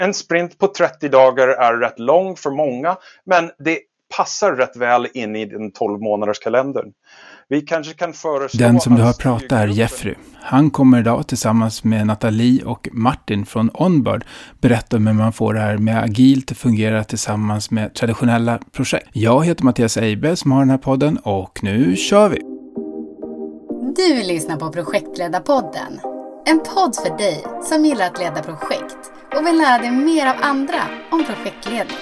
En sprint på 30 dagar är rätt lång för många, men det passar rätt väl in i den 12 månaders kalendern. Vi kanske kan föreslå... Den som du har pratat är Jeffrey. Han kommer idag tillsammans med Nathalie och Martin från Onboard berätta om hur man får det här med agilt fungera tillsammans med traditionella projekt. Jag heter Mattias Eibe som har den här podden och nu kör vi! Du lyssnar på Projektledarpodden. En podd för dig som gillar att leda projekt och vill lära dig mer av andra om projektledning.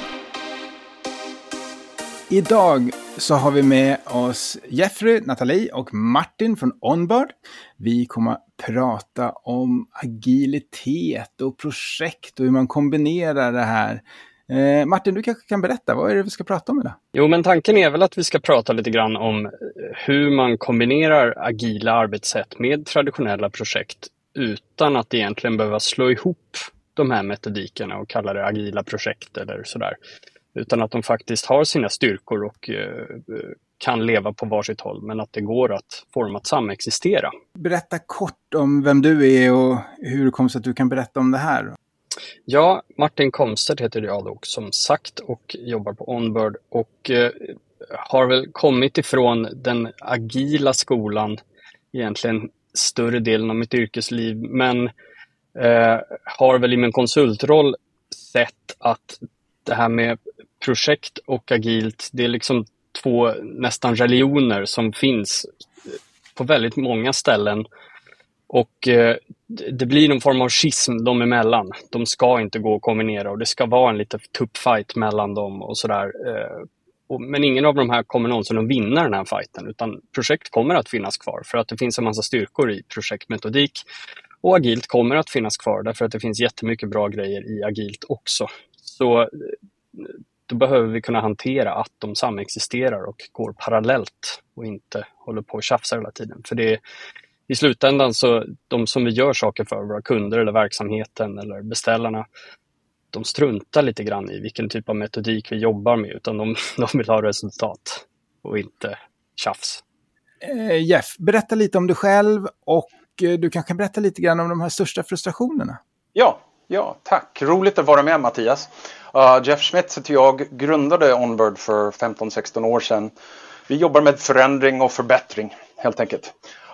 Idag så har vi med oss Jeffrey, Nathalie och Martin från Onboard. Vi kommer att prata om agilitet och projekt och hur man kombinerar det här. Martin, du kanske kan berätta, vad är det vi ska prata om idag? Jo, men tanken är väl att vi ska prata lite grann om hur man kombinerar agila arbetssätt med traditionella projekt utan att egentligen behöva slå ihop de här metodikerna och kalla det agila projekt eller sådär. Utan att de faktiskt har sina styrkor och kan leva på varsitt håll, men att det går att få dem att samexistera. Berätta kort om vem du är och hur det kommer sig att du kan berätta om det här. Ja, Martin Komstedt heter jag då som sagt och jobbar på Onboard och har väl kommit ifrån den agila skolan egentligen större delen av mitt yrkesliv, men har väl i min konsultroll sett att det här med projekt och agilt, det är liksom två nästan religioner som finns på väldigt många ställen. Och det blir någon form av schism dem emellan. De ska inte gå att kombinera och det ska vara en lite tuff fight mellan dem och sådär. Men ingen av de här kommer någonsin att vinna den här fighten, utan projekt kommer att finnas kvar för att det finns en massa styrkor i projektmetodik. Och agilt kommer att finnas kvar därför att det finns jättemycket bra grejer i agilt också. Så då behöver vi kunna hantera att de samexisterar och går parallellt och inte håller på och tjafsar hela tiden. För det är, i slutändan så de som vi gör saker för, våra kunder eller verksamheten eller beställarna, de struntar lite grann i vilken typ av metodik vi jobbar med, utan de vill ha resultat och inte tjafs. Jeff, berätta lite om dig själv och du kanske berätta lite grann om de här största frustrationerna. Ja, tack. Roligt att vara med, Mattias. Jeff Schmitz heter jag, grundade Onboard för 15-16 år sedan. Vi jobbar med förändring och förbättring, helt enkelt.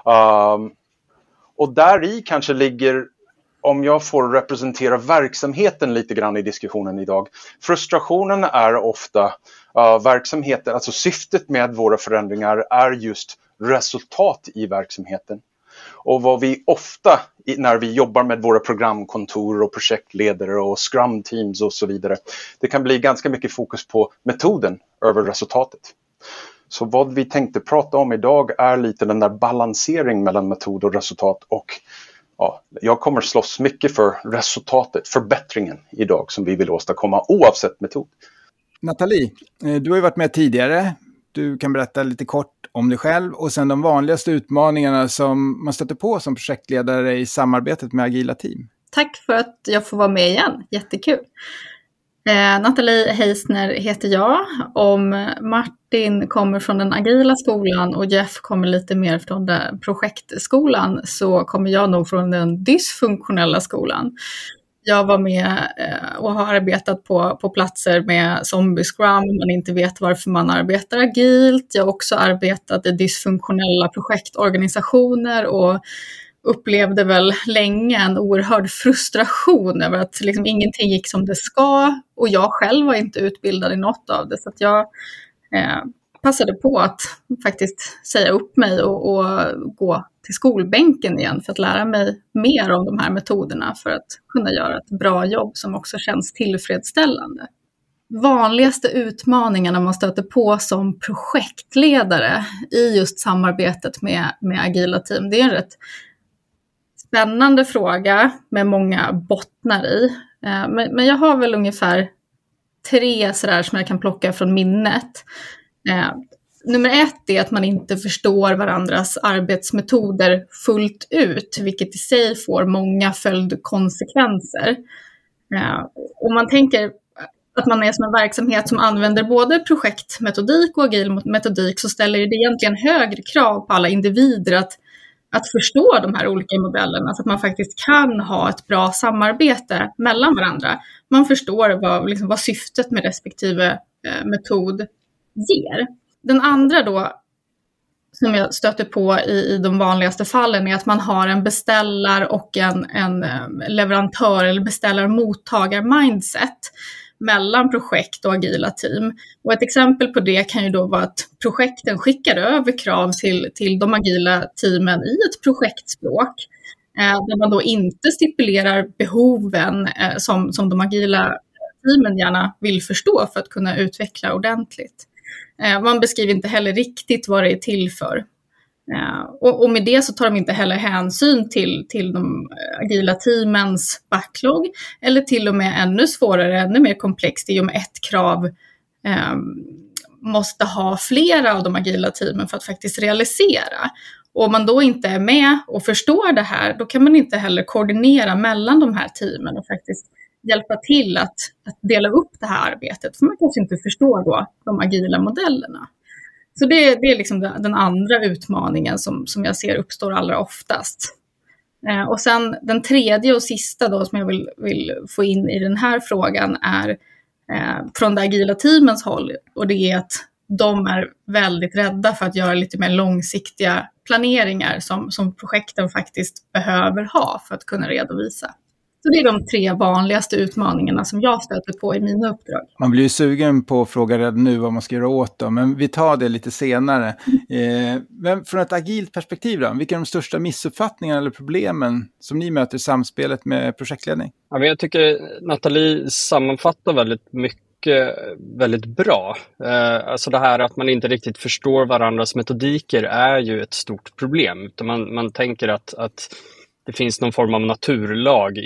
Och där i kanske ligger, om jag får representera verksamheten lite grann i diskussionen idag. Frustrationen är ofta verksamheten, alltså syftet med våra förändringar är just resultat i verksamheten. Och vad vi ofta, när vi jobbar med våra programkontor och projektledare och scrum teams och så vidare, det kan bli ganska mycket fokus på metoden över resultatet. Så vad vi tänkte prata om idag är lite den där balansering mellan metod och resultat. Och jag kommer slåss mycket för resultatet, förbättringen idag som vi vill åstadkomma oavsett metod. Nathalie, du har ju varit med tidigare. Du kan berätta lite kort om dig själv och sen de vanligaste utmaningarna som man stöter på som projektledare i samarbetet med agila team. Tack för att jag får vara med igen. Jättekul. Nathalie Heisner heter jag. Om Martin kommer från den agila skolan och Jeff kommer lite mer från den projektskolan, så kommer jag nog från den dysfunktionella skolan. Jag var med och har arbetat på platser med zombie scrum, man inte vet varför man arbetar agilt. Jag har också arbetat i dysfunktionella projektorganisationer och upplevde väl länge en oerhörd frustration över att liksom ingenting gick som det ska. Och jag själv var inte utbildad i något av det, så att jag passade på att faktiskt säga upp mig och gå till skolbänken igen för att lära mig mer om de här metoderna för att kunna göra ett bra jobb som också känns tillfredsställande. Vanligaste utmaningarna man stöter på som projektledare i just samarbetet med agila team, det är en rätt spännande fråga med många bottnar i. Men jag har väl ungefär 3 sådär som jag kan plocka från minnet. Nummer 1 är att man inte förstår varandras arbetsmetoder fullt ut, vilket i sig får många följdkonsekvenser. Om man tänker att man är som en verksamhet som använder både projektmetodik och agil metodik, så ställer det egentligen högre krav på alla individer att förstå de här olika modellerna så att man faktiskt kan ha ett bra samarbete mellan varandra. Man förstår vad syftet med respektive metod ger. Den andra då som jag stöter på i de vanligaste fallen är att man har en beställar- och en leverantör eller beställar-mottagar-mindset mellan projekt och agila team. Och ett exempel på det kan ju då vara att projekten skickar över krav till de agila teamen i ett projektspråk där man då inte stipulerar behoven som de agila teamen gärna vill förstå för att kunna utveckla ordentligt. Man beskriver inte heller riktigt vad det är till för. Och med det så tar de inte heller hänsyn till de agila teamens backlog, eller till och med ännu svårare, ännu mer komplext, i och med ett krav måste ha flera av de agila teamen för att faktiskt realisera. Och om man då inte är med och förstår det här, då kan man inte heller koordinera mellan de här teamen och faktiskt hjälpa till att dela upp det här arbetet, för man kanske inte förstår då de agila modellerna. Så det är liksom den andra utmaningen som jag ser uppstår allra oftast. Och sen den tredje och sista då som jag vill få in i den här frågan är från det agila teamens håll, och det är att de är väldigt rädda för att göra lite mer långsiktiga planeringar som projekten faktiskt behöver ha för att kunna redovisa. Så det är de 3 vanligaste utmaningarna som jag stöter på i mina uppdrag. Man blir ju sugen på att fråga redan nu vad man ska göra åt dem, men vi tar det lite senare. Men från ett agilt perspektiv då, vilka är de största missuppfattningarna eller problemen som ni möter i samspelet med projektledning? Ja, men jag tycker Nathalie sammanfattar väldigt mycket väldigt bra. Alltså det här att man inte riktigt förstår varandras metodiker är ju ett stort problem. Utan man tänker att det finns någon form av naturlag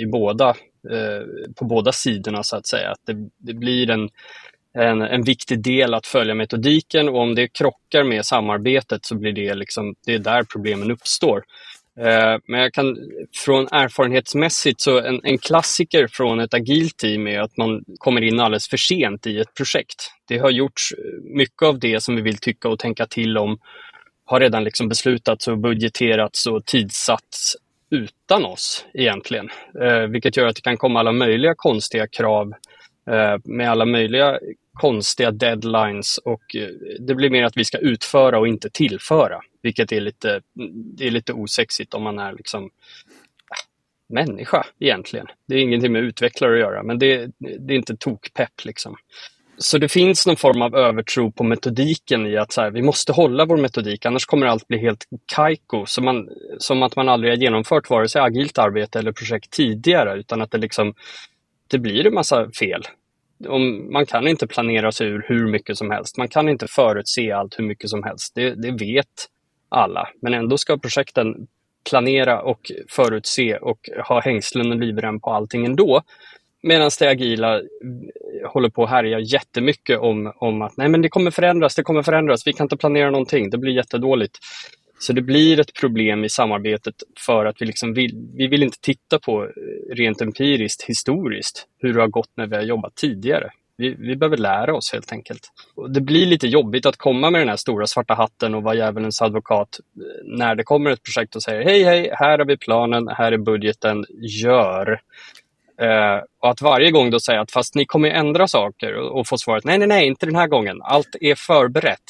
på båda sidorna så att säga. Att det blir en viktig del att följa metodiken, och om det krockar med samarbetet så blir det är där problemen uppstår. Men jag kan från erfarenhetsmässigt så en klassiker från ett agilt team är att man kommer in alldeles för sent i ett projekt. Det har gjorts mycket av det som vi vill tycka och tänka till om, har redan beslutats och budgeterats och tidssatts utan oss egentligen. Vilket gör att det kan komma alla möjliga konstiga krav med alla möjliga konstiga deadlines, och det blir mer att vi ska utföra och inte tillföra, vilket är lite osexigt om man är människa egentligen. Det är ingenting med utvecklare att göra, men det är inte tokpepp Så det finns någon form av övertro på metodiken i att vi måste hålla vår metodik, annars kommer allt bli helt kajko. Som att man aldrig har genomfört vare sig agilt arbete eller projekt tidigare, utan att det blir en massa fel. Man kan inte planera sig ur hur mycket som helst. Man kan inte förutse allt hur mycket som helst. Det vet alla. Men ändå ska projekten planera och förutse och ha hängslen och livrem på allting ändå. Medan det agila håller på att härja jättemycket om att nej, men det kommer förändras, vi kan inte planera någonting, det blir jättedåligt. Så det blir ett problem i samarbetet för att vi vill inte titta på rent empiriskt, historiskt, hur det har gått när vi har jobbat tidigare. Vi behöver lära oss helt enkelt. Och det blir lite jobbigt att komma med den här stora svarta hatten och vara djävulens advokat när det kommer ett projekt och säger hej, här har vi planen, här är budgeten, gör. Och att varje gång då säga att fast ni kommer ändra saker och få svaret nej, inte den här gången, allt är förberett.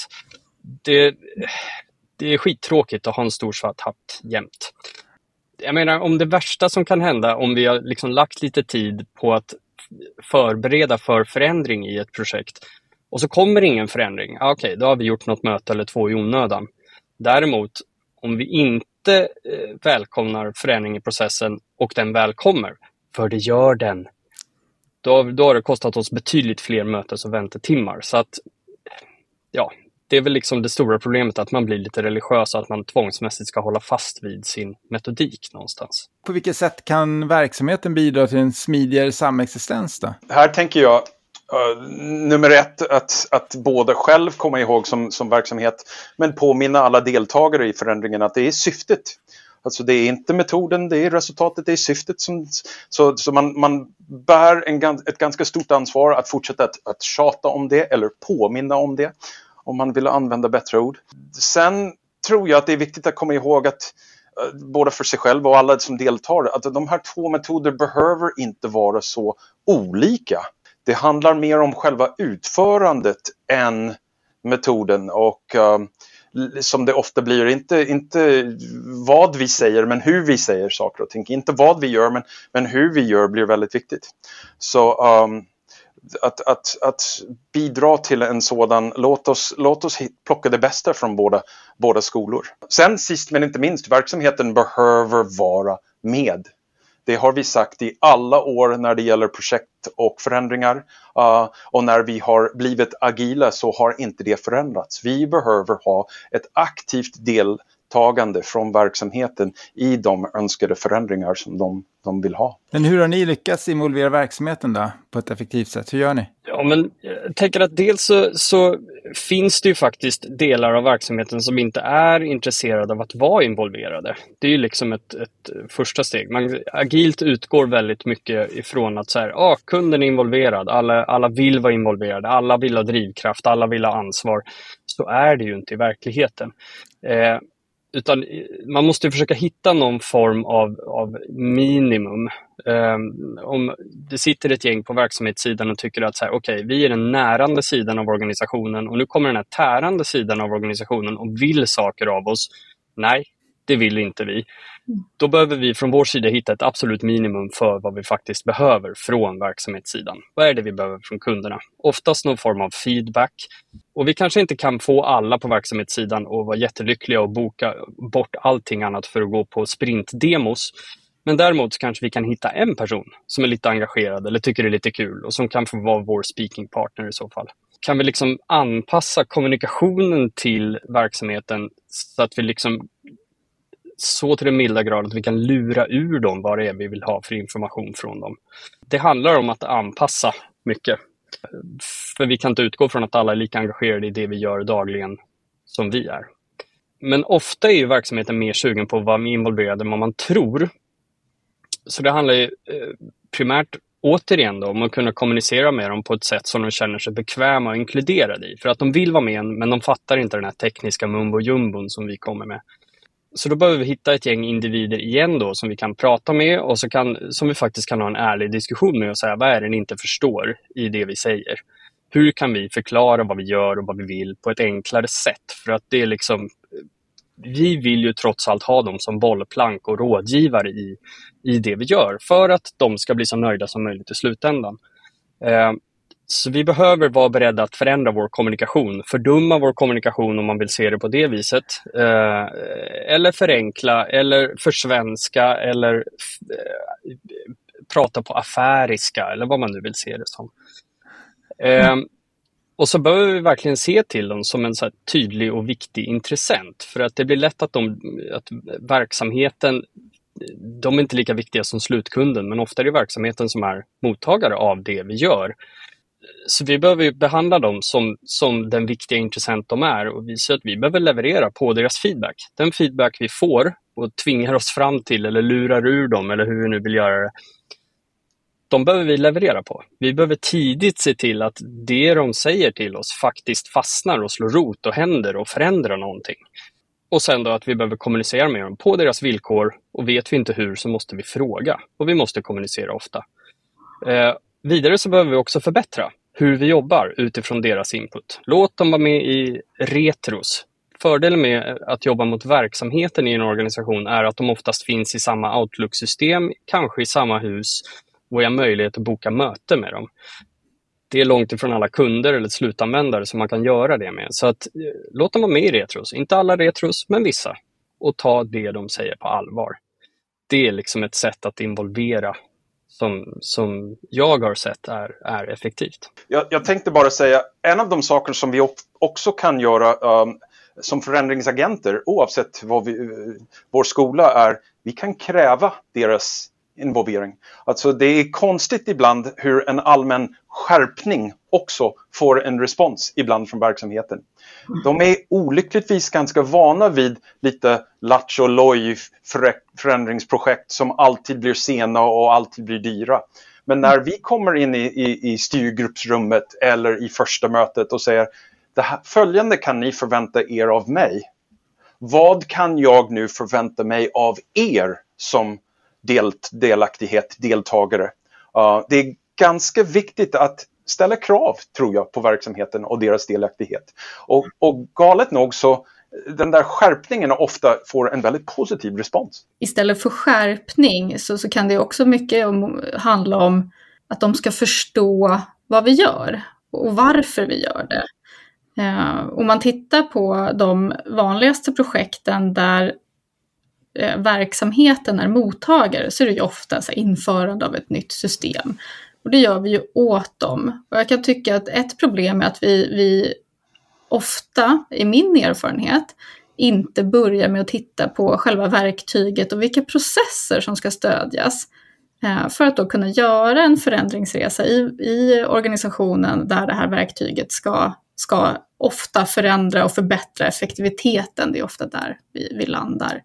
Det är skittråkigt att ha en stor svart hatt jämt. Jag menar, om det värsta som kan hända, om vi har lagt lite tid på att förbereda för förändring i ett projekt och så kommer ingen förändring, okej, då har vi gjort något möte eller 2 i onödan. Däremot, om vi inte välkomnar förändring i processen och den välkommer, för det gör den, då har det kostat oss betydligt fler mötes- och väntetimmar. Så att, ja, det är väl det stora problemet, att man blir lite religiös och att man tvångsmässigt ska hålla fast vid sin metodik någonstans. På vilket sätt kan verksamheten bidra till en smidigare samexistens då? Här tänker jag, nummer 1, att både själv komma ihåg som verksamhet, men påminna alla deltagare i förändringen att det är syftet. Alltså det är inte metoden, det är resultatet, det är syftet. Så man bär ett ganska stort ansvar att fortsätta att tjata om det eller påminna om det, om man vill använda bättre ord. Sen tror jag att det är viktigt att komma ihåg att både för sig själv och alla som deltar, att de här två metoder behöver inte vara så olika. Det handlar mer om själva utförandet än metoden, och som det ofta blir, inte vad vi säger men hur vi säger saker och ting. Inte vad vi gör men hur vi gör blir väldigt viktigt. Så att bidra till en sådan, låt oss plocka det bästa från båda skolor. Sen sist men inte minst, verksamheten behöver vara med. Det har vi sagt i alla år när det gäller projekt och förändringar. Och när vi har blivit agila så har inte det förändrats. Vi behöver ha ett aktivt deltagande från verksamheten i de önskade förändringar som de vill ha. Men hur har ni lyckats involvera verksamheten då på ett effektivt sätt? Hur gör ni? Ja, men jag tänker att dels så finns det ju faktiskt delar av verksamheten som inte är intresserade av att vara involverade. Det är ju liksom ett första steg. Man agilt utgår väldigt mycket ifrån att så här, kunden är involverad, alla vill vara involverade, alla vill ha drivkraft, alla vill ha ansvar. Så är det ju inte i verkligheten. Utan man måste försöka hitta någon form av minimum. Om det sitter ett gäng på verksamhetssidan och tycker att så här, okej, vi är den närande sidan av organisationen och nu kommer den här tärande sidan av organisationen och vill saker av oss. Nej, det vill inte vi. Då behöver vi från vår sida hitta ett absolut minimum för vad vi faktiskt behöver från verksamhetssidan. Vad är det vi behöver från kunderna? Oftast någon form av feedback. Och vi kanske inte kan få alla på verksamhetssidan att vara jättelyckliga och boka bort allting annat för att gå på sprintdemos. Men däremot så kanske vi kan hitta en person som är lite engagerad eller tycker det är lite kul och som kan få vara vår speaking partner i så fall. Kan vi liksom anpassa kommunikationen till verksamheten så att vi liksom så till den milda grad att vi kan lura ur dem vad det är vi vill ha för information från dem. Det handlar om att anpassa mycket. För vi kan inte utgå från att alla är lika engagerade i det vi gör dagligen som vi är. Men ofta är ju verksamheten mer sugen på att vara involverad än vad man tror. Så det handlar ju primärt återigen då om att kunna kommunicera med dem på ett sätt som de känner sig bekväma och inkluderade i. För att de vill vara med men de fattar inte den här tekniska mumbo-jumbon som vi kommer med. Så då behöver vi hitta ett gäng individer igen då som vi kan prata med och som vi faktiskt kan ha en ärlig diskussion med och säga vad är det ni inte förstår i det vi säger. Hur kan vi förklara vad vi gör och vad vi vill på ett enklare sätt? För att det är liksom, vi vill ju trots allt ha dem som bollplank och rådgivare i det vi gör för att de ska bli så nöjda som möjligt i slutändan. Så vi behöver vara beredda att förändra vår kommunikation, fördumma vår kommunikation om man vill se det på det viset. Eller förenkla, eller försvenska, eller prata på affäriska, eller vad man nu vill se det som. Och så behöver vi verkligen se till dem som en så här tydlig och viktig intressent. För att det blir lätt att verksamheten, de är inte lika viktiga som slutkunden, men ofta är det verksamheten som är mottagare av det vi gör. Så vi behöver behandla dem som den viktiga intressent de är och visa att vi behöver leverera på deras feedback. Den feedback vi får och tvingar oss fram till eller lurar ur dem eller hur vi nu vill göra det, de behöver vi leverera på. Vi behöver tidigt se till att det de säger till oss faktiskt fastnar och slår rot och händer och förändrar någonting. Och sen då att vi behöver kommunicera med dem på deras villkor och vet vi inte hur så måste vi fråga och vi måste kommunicera ofta. Vidare så behöver vi också förbättra hur vi jobbar utifrån deras input. Låt dem vara med i retros. Fördelen med att jobba mot verksamheten i en organisation är att de oftast finns i samma Outlook-system, kanske i samma hus och har möjlighet att boka möte med dem. Det är långt ifrån alla kunder eller slutanvändare som man kan göra det med. Så att låt dem vara med i retros. Inte alla retros, men vissa. Och ta det de säger på allvar. Det är liksom ett sätt att involvera som jag har sett är effektivt. Jag tänkte bara säga, en av de saker som vi också kan göra som förändringsagenter, oavsett vad vår skola är, vi kan kräva deras involvering. Alltså det är konstigt ibland hur en allmän skärpning också får en respons ibland från verksamheten. De är olyckligtvis ganska vana vid lite latch och loj förändringsprojekt som alltid blir sena och alltid blir dyra. Men när vi kommer in i styrgruppsrummet eller i första mötet och säger det här, följande kan ni förvänta er av mig. vad kan jag nu förvänta mig av er som deltagare? Det är ganska viktigt att ställa krav, tror jag, på verksamheten och deras delaktighet. Och galet nog så den där skärpningen ofta får en väldigt positiv respons. Istället för skärpning så kan det också mycket handla om att de ska förstå vad vi gör och varför vi gör det. Om man tittar på de vanligaste projekten där verksamheten är mottagare, så är det ju ofta så införande av ett nytt system. Och det gör vi ju åt dem. Och jag kan tycka att ett problem är att vi ofta, i min erfarenhet, inte börjar med att titta på själva verktyget och vilka processer som ska stödjas. För att då kunna göra en förändringsresa i organisationen där det här verktyget ska ofta förändra och förbättra effektiviteten. Det är ofta där vi landar.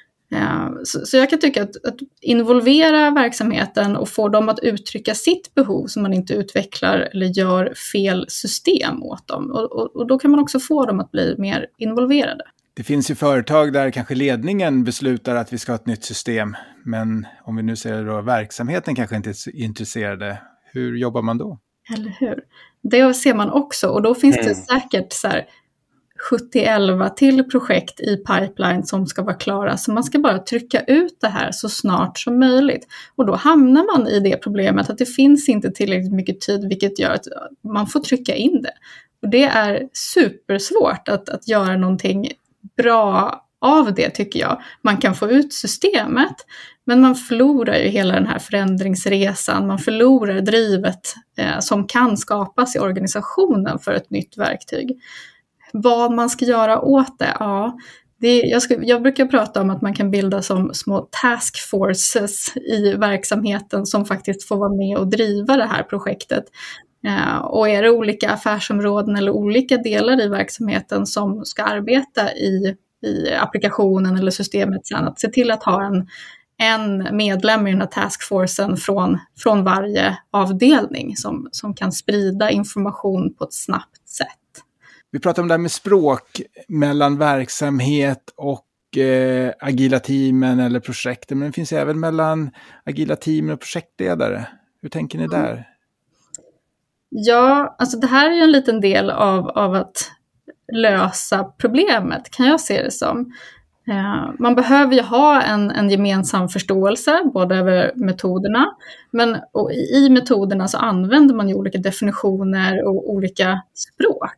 Så jag kan tycka att involvera verksamheten och få dem att uttrycka sitt behov så man inte utvecklar eller gör fel system åt dem. Och då kan man också få dem att bli mer involverade. Det finns ju företag där kanske ledningen beslutar att vi ska ha ett nytt system. Men om vi nu säger då verksamheten kanske inte är intresserade. Hur jobbar man då? Eller hur? Det ser man också. Och då finns det säkert så här 70-11 till projekt i pipeline som ska vara klara. Så man ska bara trycka ut det här så snart som möjligt. Och då hamnar man i det problemet att det finns inte tillräckligt mycket tid, vilket gör att man får trycka in det. Och det är supersvårt att göra någonting bra av det, tycker jag. Man kan få ut systemet, men man förlorar ju hela den här förändringsresan. Man förlorar drivet som kan skapas i organisationen för ett nytt verktyg. Vad man ska göra åt det? Ja, jag brukar prata om att man kan bilda som små task forces i verksamheten som faktiskt får vara med och driva det här projektet. Och är det olika affärsområden eller olika delar i verksamheten som ska arbeta i applikationen eller systemet sen, att se till att ha en medlem i den här taskforcen från varje avdelning som kan sprida information på ett snabbt sätt. Vi pratar om det här med språk mellan verksamhet och agila teamen eller projekten, men det finns även mellan agila teamen och projektledare. Hur tänker ni där? Ja, alltså det här är ju en liten del av att lösa problemet, kan jag se det som. Man behöver ju ha en gemensam förståelse, både över metoderna, men i metoderna så använder man ju olika definitioner och olika språk.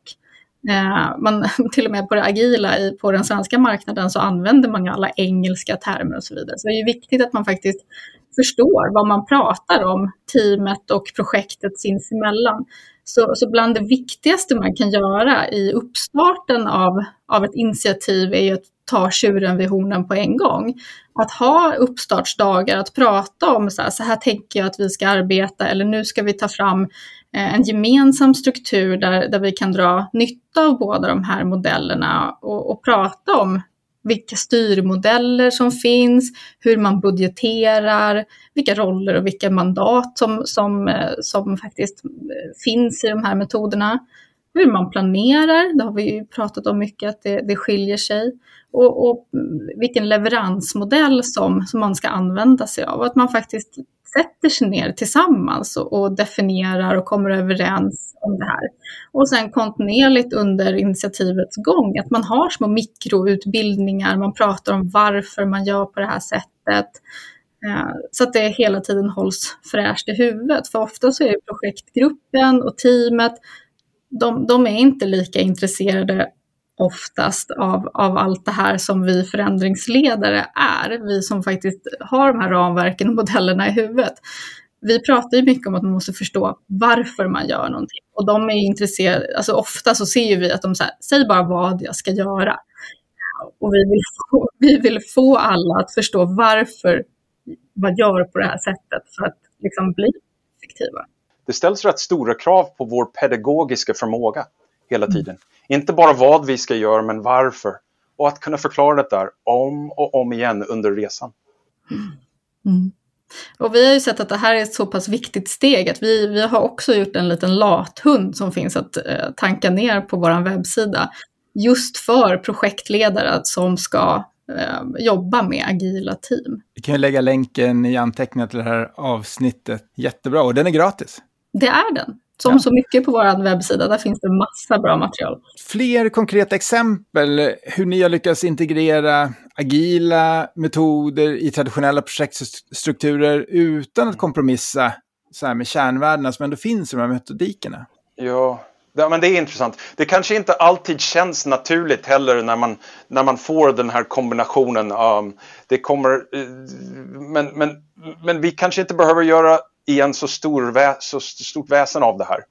Till och med på det agila på den svenska marknaden så använder man ju alla engelska termer och så vidare. Så det är ju viktigt att man faktiskt förstår vad man pratar om, teamet och projektet sinsemellan. Så bland det viktigaste man kan göra i uppstarten av ett initiativ är ju att ta tjuren vid hornen på en gång. Att ha uppstartsdagar, att prata om så här tänker jag att vi ska arbeta, eller nu ska vi ta fram en gemensam struktur där vi kan dra nytta av båda de här modellerna och prata om vilka styrmodeller som finns, hur man budgeterar, vilka roller och vilka mandat som faktiskt finns i de här metoderna. Hur man planerar, det har vi ju pratat om mycket att det skiljer sig. Och vilken leveransmodell som man ska använda sig av. Att man faktiskt sätter sig ner tillsammans och definierar och kommer överens om det här. Och sen kontinuerligt under initiativets gång att man har små mikroutbildningar, man pratar om varför man gör på det här sättet. Så att det hela tiden hålls fräscht i huvudet. För ofta så är projektgruppen och teamet, de är inte lika intresserade oftast av allt det här som vi förändringsledare är. Vi som faktiskt har de här ramverken och modellerna i huvudet. Vi pratar ju mycket om att man måste förstå varför man gör någonting. Och de är intresserade, alltså ofta så ser vi att de säger bara vad jag ska göra. Och vi vill få alla att förstå varför man gör på det här sättet för att liksom bli effektiva. Det ställs rätt stora krav på vår pedagogiska förmåga hela tiden. Inte bara vad vi ska göra, men varför. Och att kunna förklara det där om och om igen under resan. Och vi har ju sett att det här är ett så pass viktigt steg att vi har också gjort en liten lathund som finns att tanka ner på vår webbsida. just för projektledare som ska jobba med agila team. Vi kan ju lägga länken i anteckningar till det här avsnittet. Jättebra, och den är gratis. Det är den. Som så mycket på vår webbsida, där finns det massa bra material. Fler konkreta exempel hur ni har lyckats integrera agila metoder i traditionella projektstrukturer utan att kompromissa så här med kärnvärdena som ändå finns i de här metodikerna. Ja, men det är intressant. Det kanske inte alltid känns naturligt heller när man får den här kombinationen. Det kommer, men vi kanske inte behöver göra igen så stort väsen av det här.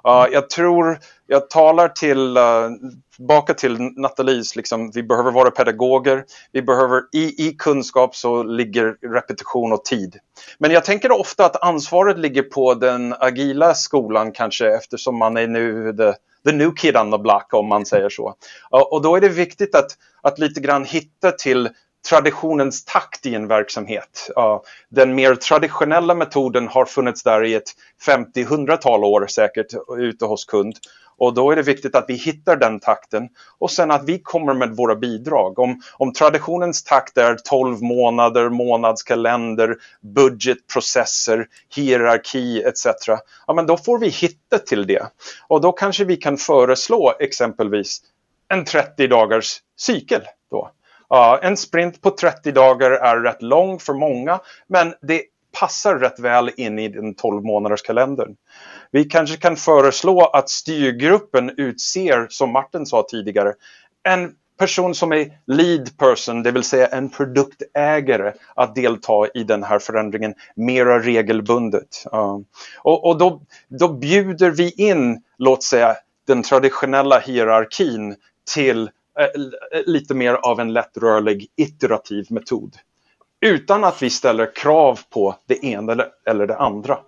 Jag talar tillbaka till Nathalies, liksom, vi behöver vara pedagoger. Vi behöver, i kunskap så ligger repetition och tid. Men jag tänker ofta att ansvaret ligger på den agila skolan kanske, eftersom man är nu the new kid on the block, om man säger så. Och då är det viktigt att lite grann hitta till traditionens takt i en verksamhet. Den mer traditionella metoden har funnits där i ett 50-100-tal år säkert ute hos kund. Och då är det viktigt att vi hittar den takten och sen att vi kommer med våra bidrag. Om traditionens takt är 12 månader, månadskalender, budgetprocesser, hierarki etc. Ja, men då får vi hitta till det. Och då kanske vi kan föreslå exempelvis en 30 dagars cykel då. En sprint på 30 dagar är rätt lång för många, men det passar rätt väl in i den 12 månaders kalendern. Vi kanske kan föreslå att styrgruppen utser, som Martin sa tidigare, en person som är lead person, det vill säga en produktägare, att delta i den här förändringen mera regelbundet. Och då bjuder vi in, låt säga, den traditionella hierarkin till lite mer av en lättrörlig iterativ metod. Utan att vi ställer krav på det ena eller det andra.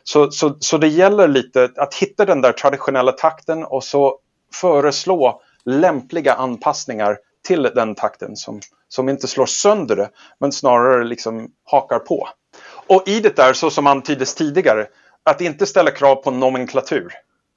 Så det gäller lite att hitta den där traditionella takten och så föreslå lämpliga anpassningar till den takten som inte slår sönder det, men snarare liksom hakar på. Och i det där, så som antyddes tidigare, att inte ställa krav på nomenklatur.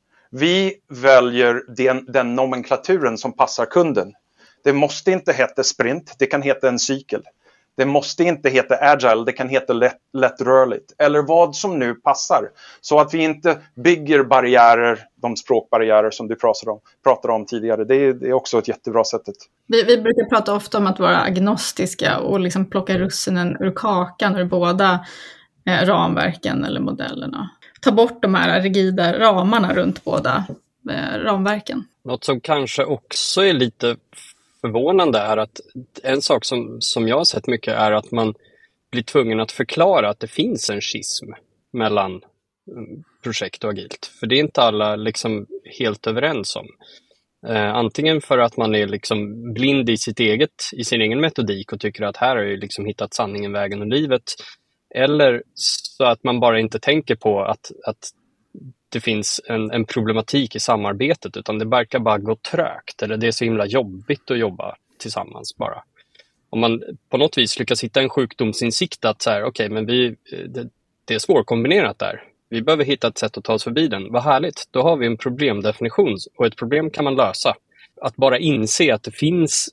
Vi väljer den nomenklaturen som passar kunden. Det måste inte heta sprint, det kan heta en cykel. Det måste inte heta agile, det kan heta lättrörligt. Eller vad som nu passar. Så att vi inte bygger barriärer, de språkbarriärer som du pratade om tidigare. Det är också ett jättebra sätt. Vi brukar prata ofta om att vara agnostiska och liksom plocka russinen ur kakan ur båda ramverken eller modellerna. Ta bort de här rigida ramarna runt båda ramverken. Något som kanske också är lite förvånande är att en sak som jag har sett mycket är att man blir tvungen att förklara att det finns en schism mellan projekt och agilt. För det är inte alla liksom helt överens om. Antingen för att man är liksom blind i sin egen metodik och tycker att här har jag liksom hittat sanningen, vägen och livet. Eller så att man bara inte tänker på att det finns en problematik i samarbetet, utan det verkar bara gå trögt, eller det är så himla jobbigt att jobba tillsammans bara. Om man på något vis lyckas hitta en sjukdomsinsikt att så här, okej, men det är svårkombinerat där. Vi behöver hitta ett sätt att ta oss förbi den. Vad härligt, då har vi en problemdefinition och ett problem kan man lösa. Att bara inse att det finns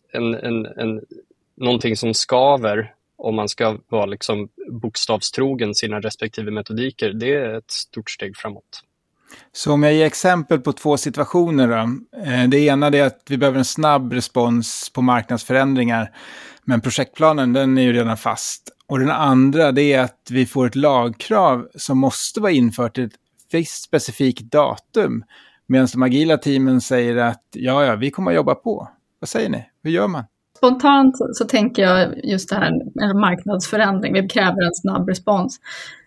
någonting som skaver om man ska vara liksom bokstavstrogen sina respektive metodiker, det är ett stort steg framåt. Så om jag ger exempel på 2 situationer då. Det ena är att vi behöver en snabb respons på marknadsförändringar. Men projektplanen, den är ju redan fast. Och den andra, det är att vi får ett lagkrav som måste vara infört till ett visst specifikt datum. Medan de agila teamen säger att ja, vi kommer att jobba på. Vad säger ni? Hur gör man? Spontant så tänker jag just det här med marknadsförändring. Vi kräver en snabb respons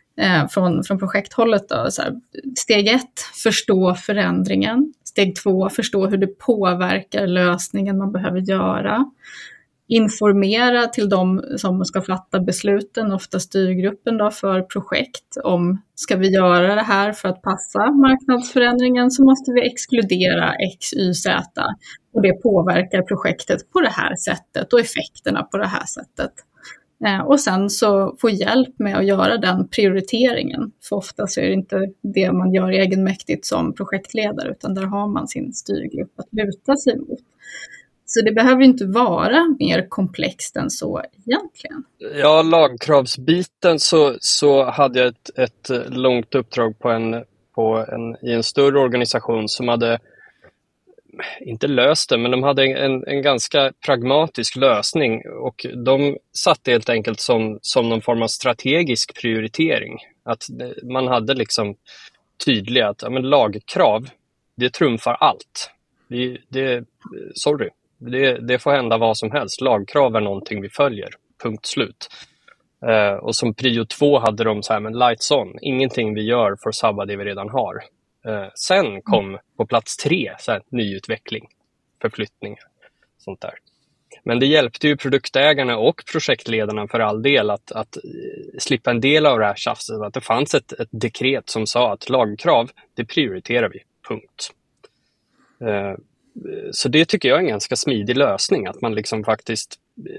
från projekthållet. Då. Så här, steg 1, förstå förändringen. Steg 2, förstå hur det påverkar lösningen man behöver göra. Informera till de som ska fatta besluten, ofta styrgruppen då, för projekt. Om ska vi göra det här för att passa marknadsförändringen, så måste vi exkludera X, Y, Z. Och det påverkar projektet på det här sättet och effekterna på det här sättet. Och sen så få hjälp med att göra den prioriteringen. För ofta så är det inte det man gör egenmäktigt som projektledare, utan där har man sin styrgrupp att luta sig mot. Så det behöver inte vara mer komplext än så egentligen. Ja, lagkravsbiten så hade jag ett långt uppdrag i en större organisation som hade inte löst det, men de hade en ganska pragmatisk lösning, och de satte helt enkelt som någon form av strategisk prioritering. Att man hade liksom tydliga att lagkrav, det trumfar allt. Det får hända vad som helst. Lagkrav är någonting vi följer. Punkt slut. Och som prio 2 hade de så här, men lights on. Ingenting vi gör får sabba det vi redan har. Sen kom på plats 3 så här, nyutveckling, förflyttningar, sånt där. Men det hjälpte ju produktägarna och projektledarna för all del att slippa en del av det här tjafset. Att det fanns ett dekret som sa att lagkrav, det prioriterar vi. Punkt. Så det tycker jag är en ganska smidig lösning, att man liksom faktiskt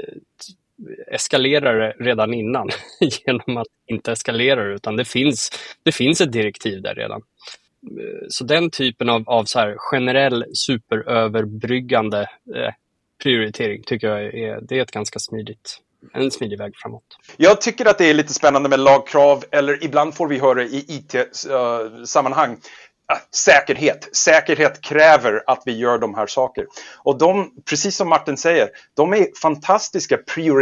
eskalerar det redan innan genom att inte eskalera det, utan det finns ett direktiv där redan. Så den typen av så här generell superöverbryggande prioritering tycker jag det är ett ganska en smidig väg framåt. Jag tycker att det är lite spännande med lagkrav, eller ibland får vi höra i IT-sammanhang. Säkerhet kräver att vi gör de här saker. Och precis som Martin säger, de är fantastiska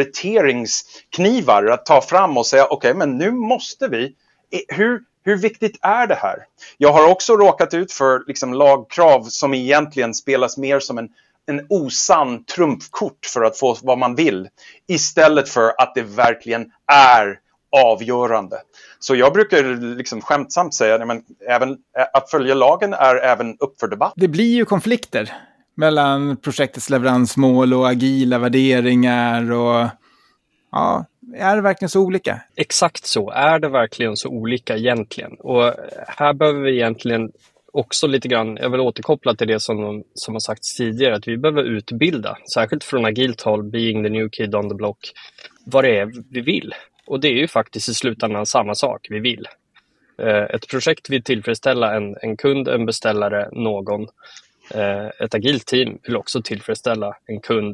prioriteringsknivar att ta fram och säga okej, men nu måste vi. Hur viktigt är det här? Jag har också råkat ut för liksom lagkrav som egentligen spelas mer som en osann trumfkort för att få vad man vill, istället för att det verkligen är avgörande. Så jag brukar liksom skämtsamt säga att även att följa lagen är även upp för debatt. Det blir ju konflikter mellan projektets leveransmål och agila värderingar och ja, är det verkligen så olika? Exakt så. Är det verkligen så olika egentligen? Och här behöver vi egentligen också lite grann, jag vill återkoppla till det som har sagts tidigare, att vi behöver utbilda, särskilt från agilt håll, being the new kid on the block, vad det är vi vill. Och det är ju faktiskt i slutändan samma sak vi vill. Ett projekt vill tillfredsställa en kund, en beställare, någon. Ett agilt team vill också tillfredsställa en kund,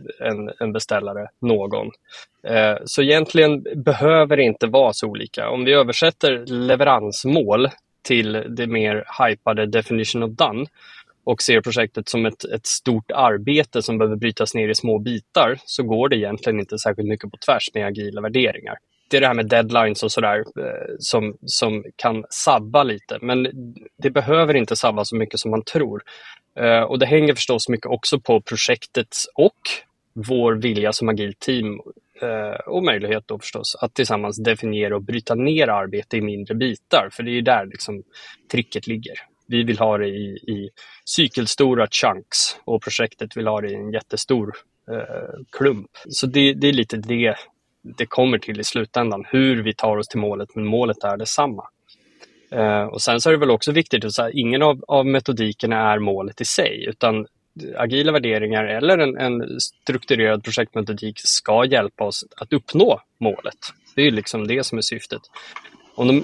en beställare, någon. Så egentligen behöver det inte vara så olika. Om vi översätter leveransmål till det mer hypade definition of done och ser projektet som ett stort arbete som behöver brytas ner i små bitar, så går det egentligen inte särskilt mycket på tvärs med agila värderingar. Det är det här med deadlines och sådär som kan sabba lite, men det behöver inte sabba så mycket som man tror. Och det hänger förstås mycket också på projektets och vår vilja som agilt team och möjlighet då förstås att tillsammans definiera och bryta ner arbete i mindre bitar, för det är ju där liksom tricket ligger. Vi vill ha det i cykelstora chunks och projektet vill ha det i en jättestor klump. Så det är lite det kommer till i slutändan, hur vi tar oss till målet, men målet är detsamma. Och sen så är det väl också viktigt att säga, ingen av metodikerna är målet i sig, utan agila värderingar eller en strukturerad projektmetodik ska hjälpa oss att uppnå målet. Det är ju liksom det som är syftet. Om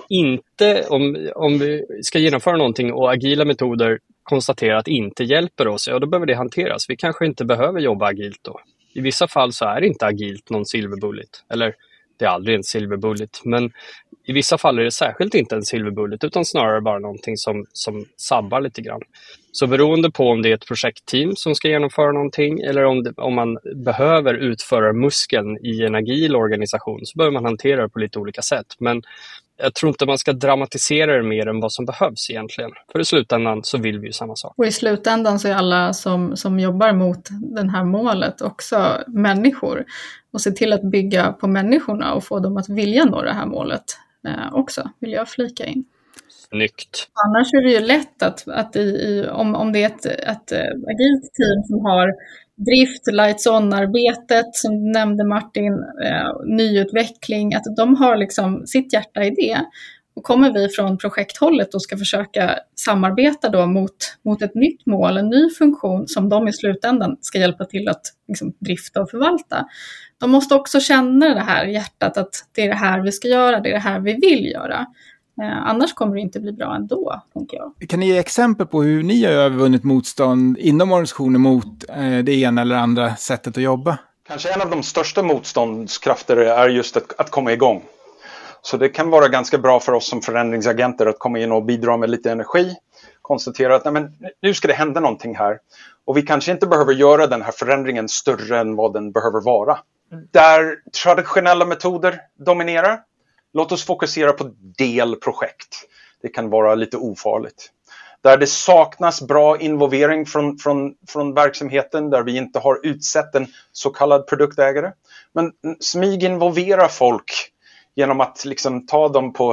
vi ska genomföra någonting och agila metoder konstaterar att inte hjälper oss, ja då behöver det hanteras. Vi kanske inte behöver jobba agilt då. I vissa fall så är inte agilt någon silver bullet. Eller det är aldrig en silver bullet. Men i vissa fall är det särskilt inte en silver bullet, utan snarare bara någonting som sabbar lite grann. Så beroende på om det är ett projektteam som ska genomföra någonting eller om man behöver utföra muskeln i en agil organisation, så behöver man hantera det på lite olika sätt. Men jag tror inte man ska dramatisera det mer än vad som behövs egentligen. För i slutändan så vill vi ju samma sak. Och i slutändan så är alla som jobbar mot det här målet också människor. Och se till att bygga på människorna och få dem att vilja nå det här målet också, vill jag flika in. Snyggt. Annars är det ju lätt att om det är ett agilt team som har drift, lights on-arbetet som nämnde Martin, nyutveckling, att de har liksom sitt hjärta i det. Och kommer vi från projekthållet och ska försöka samarbeta då mot ett nytt mål, en ny funktion som de i slutändan ska hjälpa till att liksom drifta och förvalta. De måste också känna det här hjärtat att det är det här vi ska göra, det är det här vi vill göra. Annars kommer det inte bli bra ändå, tänker jag. Kan ni ge exempel på hur ni har övervunnit motstånd inom organisationen mot det ena eller andra sättet att jobba? Kanske en av de största motståndskrafter är just att komma igång. Så det kan vara ganska bra för oss som förändringsagenter att komma in och bidra med lite energi. Konstatera att nu ska det hända någonting här. Och vi kanske inte behöver göra den här förändringen större än vad den behöver vara. Där traditionella metoder dominerar, låt oss fokusera på delprojekt. Det kan vara lite ofarligt. Där det saknas bra involvering från verksamheten, där vi inte har utsett en så kallad produktägare. Men smyginvolvera folk genom att liksom ta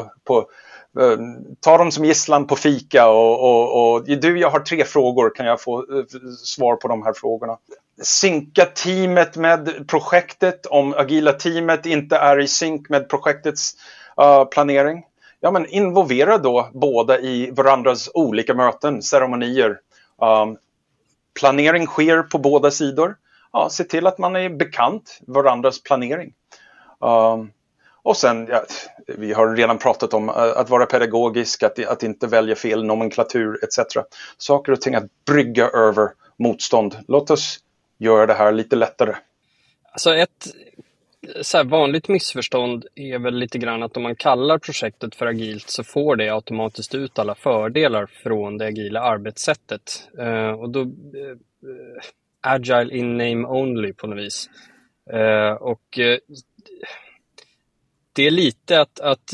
dem som gisslan på fika och jag har 3 frågor, kan jag få svar på de här frågorna. Synka teamet med projektet om agila teamet inte är i synk med projektets planering. Ja, men involvera då båda i varandras olika möten, ceremonier. Planering sker på båda sidor. Se till att man är bekant varandras planering. Och sen, vi har redan pratat om att vara pedagogisk, att inte välja fel nomenklatur etc. Saker och ting att brygga över motstånd. Låt oss göra det här lite lättare. Alltså ett så här vanligt missförstånd är väl lite grann att om man kallar projektet för agilt så får det automatiskt ut alla fördelar från det agila arbetssättet. Och då agile in name only på något vis. Det är lite att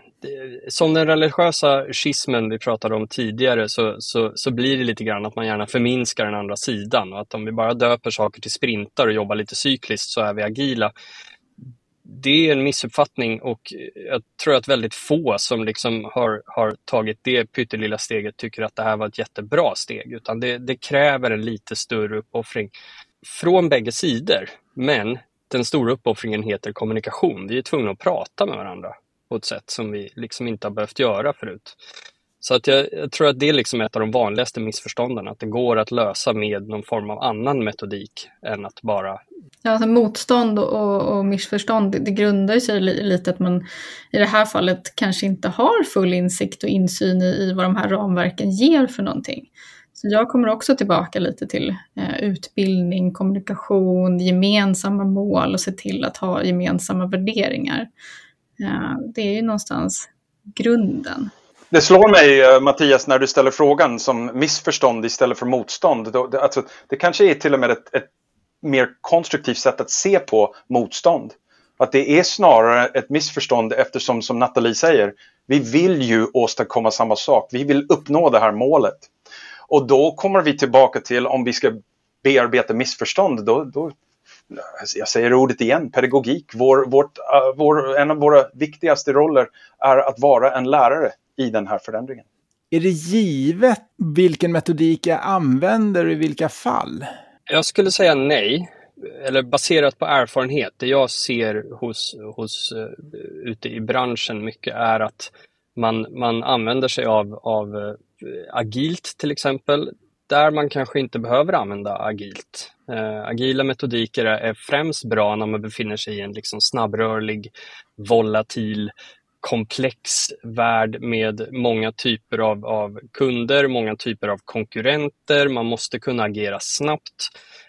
som den religiösa schismen vi pratade om tidigare så blir det lite grann att man gärna förminskar den andra sidan. Och att om vi bara döper saker till sprintar och jobbar lite cykliskt så är vi agila. Det är en missuppfattning och jag tror att väldigt få som liksom har tagit det pyttelilla steget tycker att det här var ett jättebra steg. Utan det kräver en lite större uppoffring från bägge sidor. Men den stora uppoffringen heter kommunikation. Vi är tvungna att prata med varandra på ett sätt som vi liksom inte har behövt göra förut. Så att jag tror att det är liksom ett av de vanligaste missförstånden. Att det går att lösa med någon form av annan metodik än att bara... Ja, alltså motstånd och missförstånd, det grundar sig lite att man i det här fallet kanske inte har full insikt och insyn i vad de här ramverken ger för någonting. Så jag kommer också tillbaka lite till utbildning, kommunikation, gemensamma mål och se till att ha gemensamma värderingar. Det är ju någonstans grunden. Det slår mig, Mattias, när du ställer frågan som missförstånd istället för motstånd. Alltså, det kanske är till och med ett mer konstruktivt sätt att se på motstånd. Att det är snarare ett missförstånd eftersom, som Nathalie säger, vi vill ju åstadkomma samma sak. Vi vill uppnå det här målet. Och då kommer vi tillbaka till, om vi ska bearbeta missförstånd, då jag säger ordet igen, pedagogik. En av våra viktigaste roller är att vara en lärare i den här förändringen. Är det givet vilken metodik jag använder och i vilka fall? Jag skulle säga nej, eller baserat på erfarenhet. Det jag ser hos ute i branschen mycket är att man använder sig av agilt till exempel, där man kanske inte behöver använda agilt. Agila metodiker är främst bra när man befinner sig i en liksom snabbrörlig, volatil, komplex värld med många typer av kunder, många typer av konkurrenter. Man måste kunna agera snabbt.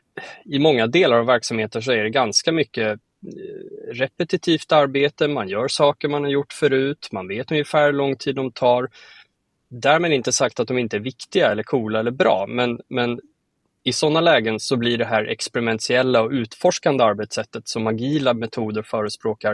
I många delar av verksamheter så är det ganska mycket repetitivt arbete. Man gör saker man har gjort förut. Man vet ungefär hur lång tid de tar. Därmed inte sagt att de inte är viktiga eller coola eller bra. Men i sådana lägen så blir det här experimentella och utforskande arbetssättet som agila metoder förespråkar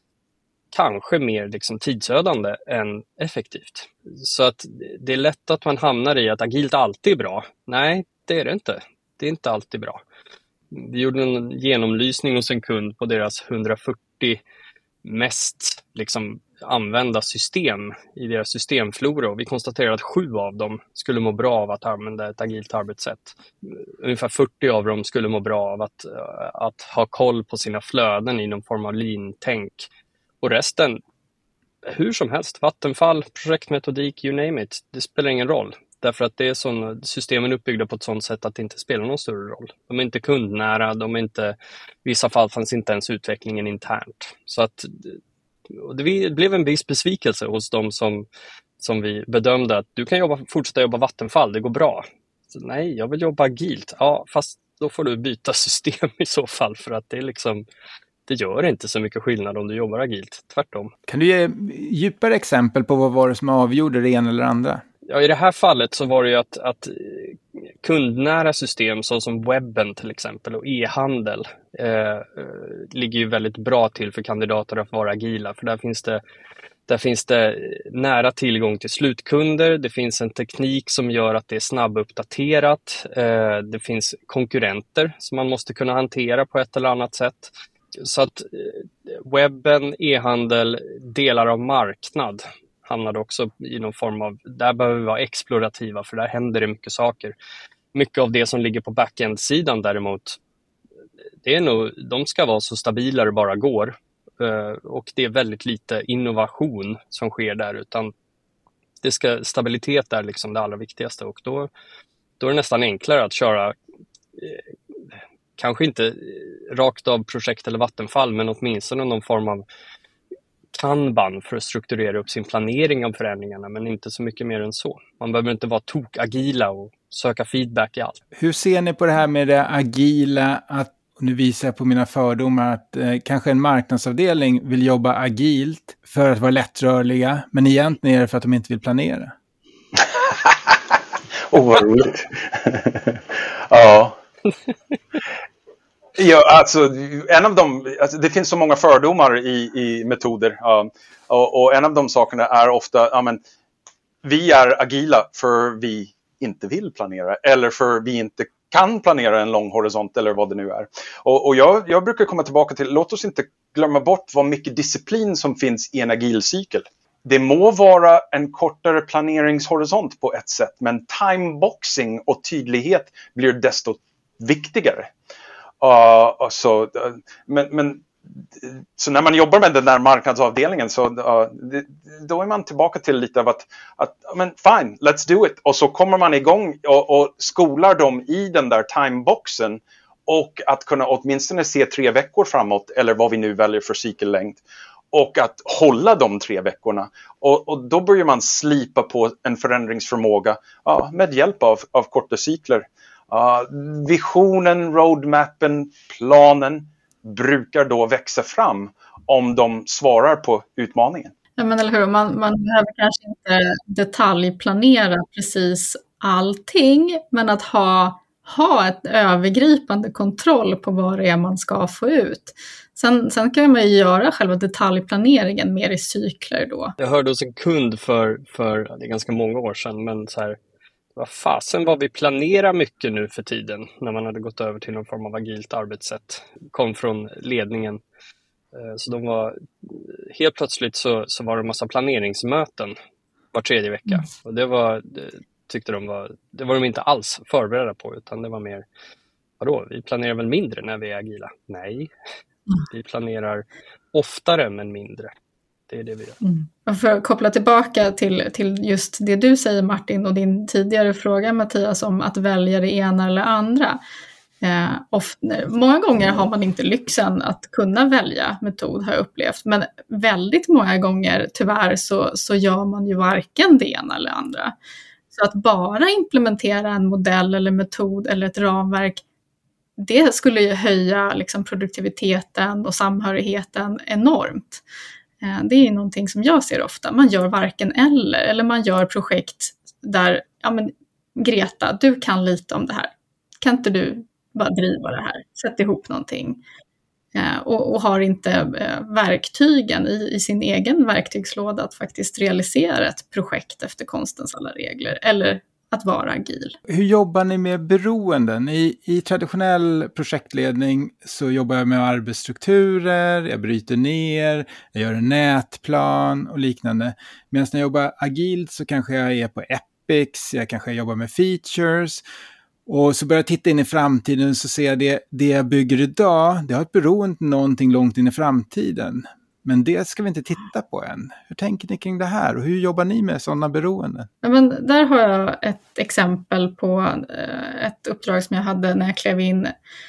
kanske mer liksom tidsödande än effektivt. Så att det är lätt att man hamnar i att agilt alltid är bra. Nej, det är det inte. Det är inte alltid bra. Vi gjorde en genomlysning hos en kund på deras 140 mest liksom använda system i deras systemflora, och vi konstaterade att 7 av dem skulle må bra av att använda ett agilt arbetssätt. Ungefär 40 av dem skulle må bra av att ha koll på sina flöden i någon form av lean-tänk. Och resten, hur som helst, Vattenfall, projektmetodik, you name it, det spelar ingen roll. Därför att det är sån, systemen är uppbyggda på ett sådant sätt att det inte spelar någon större roll. De är inte kundnära, i vissa fall fanns inte ens utvecklingen internt. Så att Och det blev en viss besvikelse hos dem som vi bedömde att du kan fortsätta jobba Vattenfall, det går bra. Så, nej, jag vill jobba agilt. Ja, fast då får du byta system i så fall, för att det gör inte så mycket skillnad om du jobbar agilt, tvärtom. Kan du ge djupare exempel på vad var det som avgjorde det ena eller andra? Ja, i det här fallet så var det ju att kundnära system såsom webben till exempel och e-handel ligger ju väldigt bra till för kandidater att vara agila. För där finns det nära tillgång till slutkunder. Det finns en teknik som gör att det är snabbuppdaterat. Det finns konkurrenter som man måste kunna hantera på ett eller annat sätt. Så att webben, e-handel, delar av marknad hamnade också i någon form av, där behöver vi vara explorativa för där händer det mycket saker. Mycket av det som ligger på backend-sidan däremot, de ska vara så stabila det bara går. Och det är väldigt lite innovation som sker där, utan stabilitet är liksom det allra viktigaste, och då är det nästan enklare att köra kanske inte rakt av projekt eller Vattenfall, men åtminstone någon form av Kanban för att strukturera upp sin planering av förändringarna, men inte så mycket mer än så. Man behöver inte vara tokagila och söka feedback i allt. Hur ser ni på det här med det agila, och nu visar jag på mina fördomar, att kanske en marknadsavdelning vill jobba agilt för att vara lättrörliga, men egentligen är det för att de inte vill planera? Vad roligt. Ja. Ja, alltså, en av dem, det finns så många fördomar i metoder. Och en av de sakerna är ofta, vi är agila för vi inte vill planera, eller för vi inte kan planera en lång horisont, eller vad det nu är. Och jag brukar komma tillbaka till, låt oss inte glömma bort vad mycket disciplin som finns i en agil cykel. Det må vara en kortare planeringshorisont på ett sätt, men timeboxing och tydlighet blir desto viktigare. Så när man jobbar med den där marknadsavdelningen, så då är man tillbaka till lite av att fine, let's do it. Och så kommer man igång och skolar dem i den där timeboxen, och att kunna åtminstone se 3 veckor framåt, eller vad vi nu väljer för cykellängd, och att hålla de 3 veckorna. Och då börjar man slipa på en förändringsförmåga med hjälp av korta cykler. Visionen, roadmappen, planen brukar då växa fram om de svarar på utmaningen. Ja, men eller hur, man behöver kanske inte detaljplanera precis allting, men att ha ett övergripande kontroll på vad det är man ska få ut. Sen kan man ju göra själva detaljplaneringen mer i cykler då. Jag hörde hos en kund för det är ganska många år sedan, men så här, vad fasen vad vi planerar mycket nu för tiden, när man hade gått över till någon form av agilt arbetssätt, kom från ledningen. Så de var helt plötsligt så var det en massa planeringsmöten var 3:e vecka. Och det var de inte alls förberedda på, utan det var mer, vadå, vi planerar väl mindre när vi är agila? Nej, vi planerar oftare men mindre. Det är det vi gör. Och för att koppla tillbaka till just det du säger, Martin, och din tidigare fråga, Mattias, om att välja det ena eller andra. Många gånger har man inte lyxen att kunna välja metod, har jag upplevt, men väldigt många gånger tyvärr så gör man ju varken det ena eller andra. Så att bara implementera en modell eller metod eller ett ramverk, det skulle ju höja liksom produktiviteten och samhörigheten enormt. Det är någonting som jag ser ofta. Man gör varken eller man gör projekt där, Greta, du kan lite om det här. Kan inte du bara driva det här? Sätt ihop någonting. Och har inte verktygen i sin egen verktygslåda att faktiskt realisera ett projekt efter konstens alla regler, eller att vara agil. Hur jobbar ni med beroenden? I traditionell projektledning så jobbar jag med arbetsstrukturer, jag bryter ner, jag gör en nätplan och liknande. Medan när jag jobbar agilt så kanske jag är på epics, jag kanske jobbar med features. Och så börjar jag titta in i framtiden, så ser jag det jag bygger idag, det har ett beroende till någonting långt in i framtiden. Men det ska vi inte titta på än. Hur tänker ni kring det här? Och hur jobbar ni med sådana beroenden? Ja, men där har jag ett exempel på ett uppdrag som jag hade när jag klev in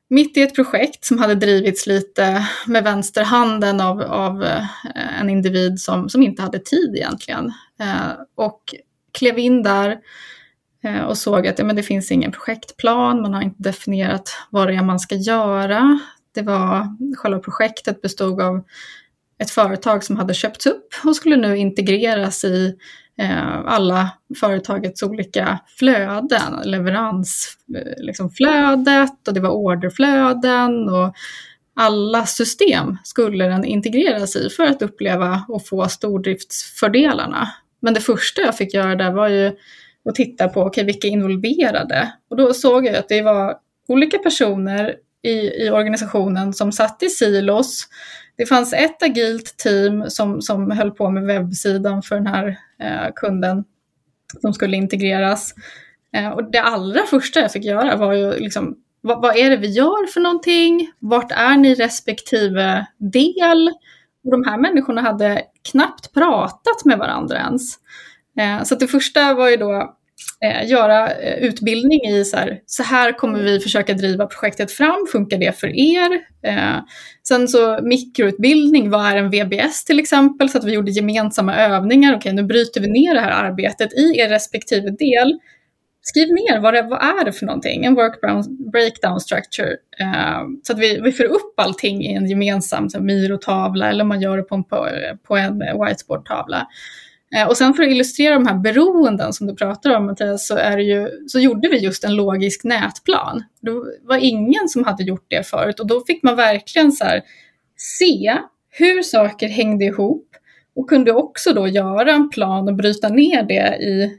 mitt i ett projekt som hade drivits lite med vänsterhanden av en individ som inte hade tid egentligen. Och klev in där och såg att det finns ingen projektplan, man har inte definierat vad det är man ska göra. Själva projektet bestod av ett företag som hade köpts upp och skulle nu integreras i alla företagets olika flöden, leveransflödet, och det var orderflöden, och alla system skulle den integreras i för att uppleva och få stordriftsfördelarna. Men det första jag fick göra där var ju att titta på vilka involverade, och då såg jag att det var olika personer i organisationen som satt i silos. Det fanns ett agilt team som höll på med webbsidan för den här kunden som skulle integreras. Och det allra första jag fick göra var ju liksom, vad är det vi gör för någonting? Vart är ni respektive del? Och de här människorna hade knappt pratat med varandra ens. Så det första var ju då göra utbildning i så här kommer vi försöka driva projektet fram, funkar det för er? Sen så mikroutbildning, vad är en VBS till exempel, så att vi gjorde gemensamma övningar. Okej, nu bryter vi ner det här arbetet i er respektive del. Skriv ner vad är det för någonting, en work breakdown structure, så att vi får upp allting i en gemensam Miro-tavla, eller man gör det på en whiteboard-tavla. Och sen för att illustrera de här beroenden som du pratar om, Mattias, så gjorde vi just en logisk nätplan. Det var ingen som hade gjort det förut, och då fick man verkligen se hur saker hängde ihop, och kunde också då göra en plan och bryta ner det i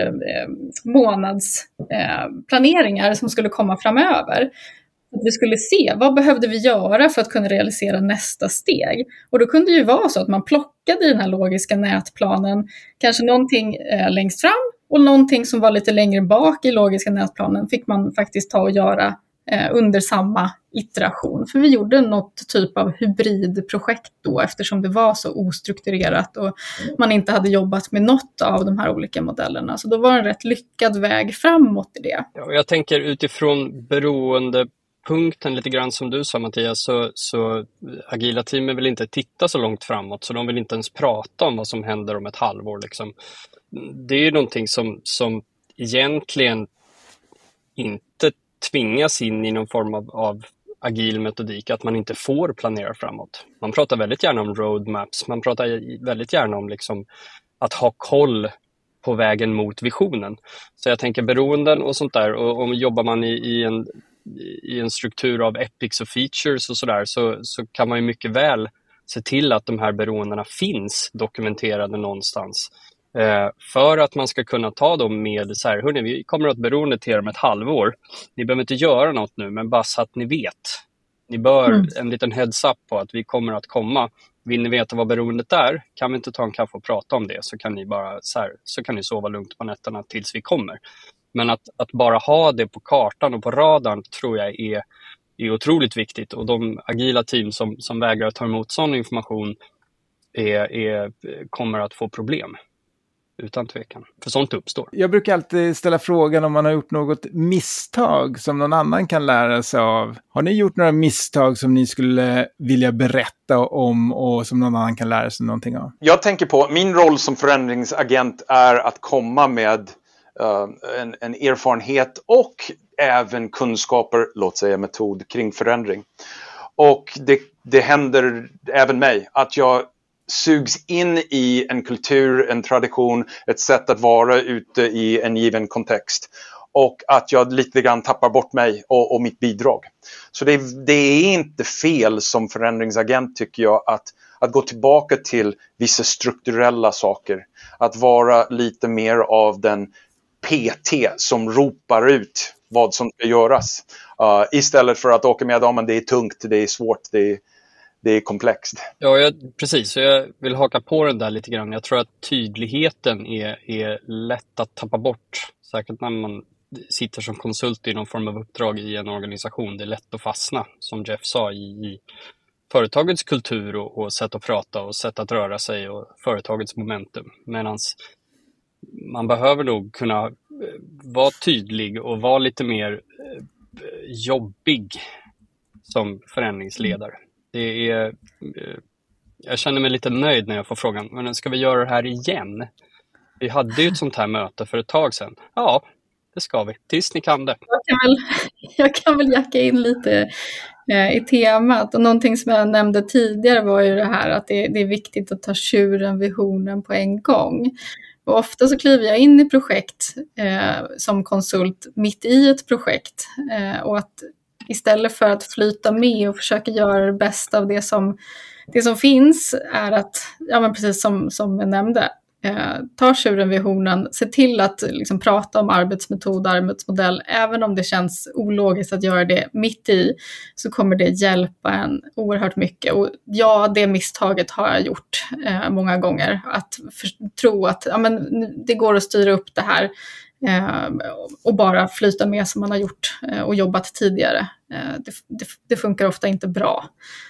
månadsplaneringar som skulle komma framöver. Att vi skulle se, vad behövde vi göra för att kunna realisera nästa steg? Och då kunde det ju vara så att man plockade i den här logiska nätplanen kanske någonting längst fram, och någonting som var lite längre bak i logiska nätplanen fick man faktiskt ta och göra under samma iteration. För vi gjorde något typ av hybridprojekt då, eftersom det var så ostrukturerat och man inte hade jobbat med något av de här olika modellerna. Så då var det en rätt lyckad väg framåt i det. Ja, jag tänker utifrån beroendepunkten lite grann som du sa, Mattias, så agila teamen vill inte titta så långt framåt, så de vill inte ens prata om vad som händer om ett halvår. Liksom. Det är ju någonting som egentligen inte tvingas in i någon form av agil metodik, att man inte får planera framåt. Man pratar väldigt gärna om roadmaps, man pratar väldigt gärna om liksom att ha koll på vägen mot visionen. Så jag tänker beroenden och sånt där, och om jobbar man i en struktur av epics och features och sådär, så kan man ju mycket väl se till att de här beroendena finns dokumenterade någonstans. För att man ska kunna ta dem med så här, hörni, vi kommer att ha ett beroende till er om ett halvår. Ni behöver inte göra något nu, men bara så att ni vet. Ni bör en liten heads up på att vi kommer att komma. Vill ni veta vad beroendet är, kan vi inte ta en kaffe och prata om det, så kan ni bara så kan ni sova lugnt på nätterna tills vi kommer. Men att bara ha det på kartan och på radarn tror jag är otroligt viktigt, och de agila team som vägrar ta emot sån information kommer att få problem. Utan tvekan. För sånt uppstår. Jag brukar alltid ställa frågan om man har gjort något misstag som någon annan kan lära sig av. Har ni gjort några misstag som ni skulle vilja berätta om och som någon annan kan lära sig någonting av? Jag tänker på, min roll som förändringsagent är att komma med en erfarenhet och även kunskaper, låt säga metod, kring förändring. Och det händer även mig att jag sugs in i en kultur, en tradition, ett sätt att vara ute i en given kontext. Och att jag lite grann tappar bort mig och mitt bidrag. Så det är inte fel som förändringsagent, tycker jag, att gå tillbaka till vissa strukturella saker. Att vara lite mer av den PT som ropar ut vad som ska göras. Istället för att åka med men det är tungt, det är svårt, det är komplext. Ja, precis. Så jag vill haka på den där lite grann. Jag tror att tydligheten är lätt att tappa bort. Säkert när man sitter som konsult i någon form av uppdrag i en organisation. Det är lätt att fastna, som Jeff sa, i företagets kultur och sätt att prata och sätt att röra sig och företagets momentum. Medan man behöver nog kunna vara tydlig och vara lite mer jobbig som förändringsledare. Det är, jag känner mig lite nöjd när jag får frågan, men ska vi göra det här igen? Vi hade ju ett sånt här möte för ett tag sedan. Ja, det ska vi. Tills ni kan det. Jag kan väl jacka in lite i temat. Och någonting som jag nämnde tidigare var ju det här att det är viktigt att ta tjuren vid hornen på en gång. Och ofta så kliver jag in i projekt som konsult mitt i ett projekt. Och att istället för att flyta med och försöka göra det bästa av det som finns är att, ja men precis som jag nämnde, ta tjuren vid hornen, se till att liksom prata om arbetsmetod, arbetsmodell, även om det känns ologiskt att göra det mitt i, så kommer det hjälpa en oerhört mycket. Och ja, det misstaget har jag gjort många gånger, att tro att ja, men det går att styra upp det här och bara flyta med som man har gjort och jobbat tidigare. Det funkar ofta inte bra.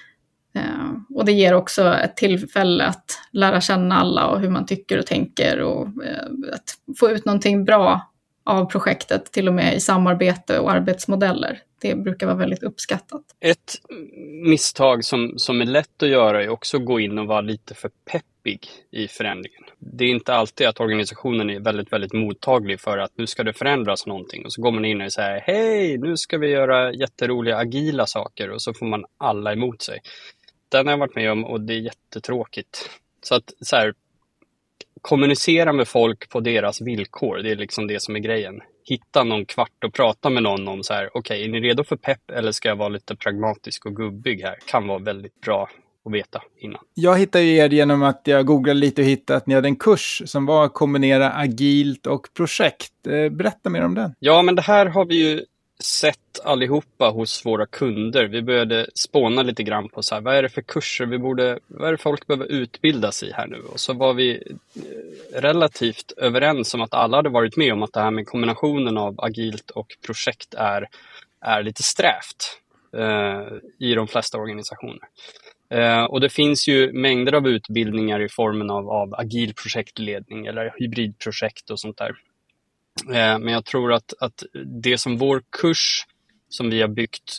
Och det ger också ett tillfälle att lära känna alla och hur man tycker och tänker och att få ut någonting bra av projektet, till och med i samarbete och arbetsmodeller. Det brukar vara väldigt uppskattat. Ett misstag som är lätt att göra är också att gå in och vara lite för peppig i förändringen. Det är inte alltid att organisationen är väldigt, väldigt mottaglig för att nu ska det förändras någonting. Och så går man in och säger, hej, nu ska vi göra jätteroliga agila saker, och så får man alla emot sig. Den har jag varit med om och det är jättetråkigt. Så att så här, kommunicera med folk på deras villkor, det är liksom det som är grejen. Hitta någon kvart och prata med någon om så här, okej, är ni redo för pepp eller ska jag vara lite pragmatisk och gubbig här? Kan vara väldigt bra att veta innan. Jag hittade ju er genom att jag googlade lite och hittade att ni hade en kurs som var att kombinera agilt och projekt. Berätta mer om den. Ja, men det här har vi ju sett allihopa hos våra kunder. Vi började spåna lite grann på så här, vad är det för kurser vad är det folk behöver utbildas i här nu? Och så var vi relativt överens om att alla hade varit med om att det här med kombinationen av agilt och projekt är lite strävt i de flesta organisationer. Och det finns ju mängder av utbildningar i formen av agil projektledning eller hybridprojekt och sånt där. Men jag tror att det som vår kurs som vi har byggt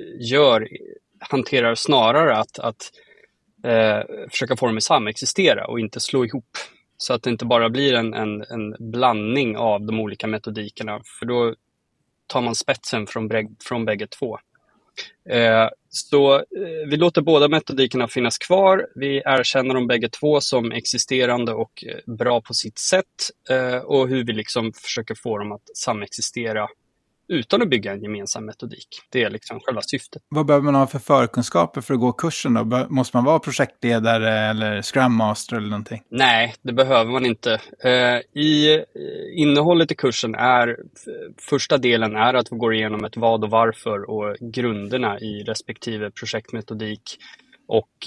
hanterar snarare att försöka få dem att samexistera och inte slå ihop. Så att det inte bara blir en blandning av de olika metodikerna, för då tar man spetsen från bägge två. Så vi låter båda metodikerna finnas kvar. Vi erkänner dem bägge två som existerande och bra på sitt sätt, och hur vi liksom försöker få dem att samexistera utan att bygga en gemensam metodik. Det är liksom själva syftet. Vad behöver man ha för förkunskaper för att gå kursen då? Måste man vara projektledare eller Scrum Master eller någonting? Nej, det behöver man inte. Innehållet i kursen första delen är att vi går igenom ett vad och varför och grunderna i respektive projektmetodik och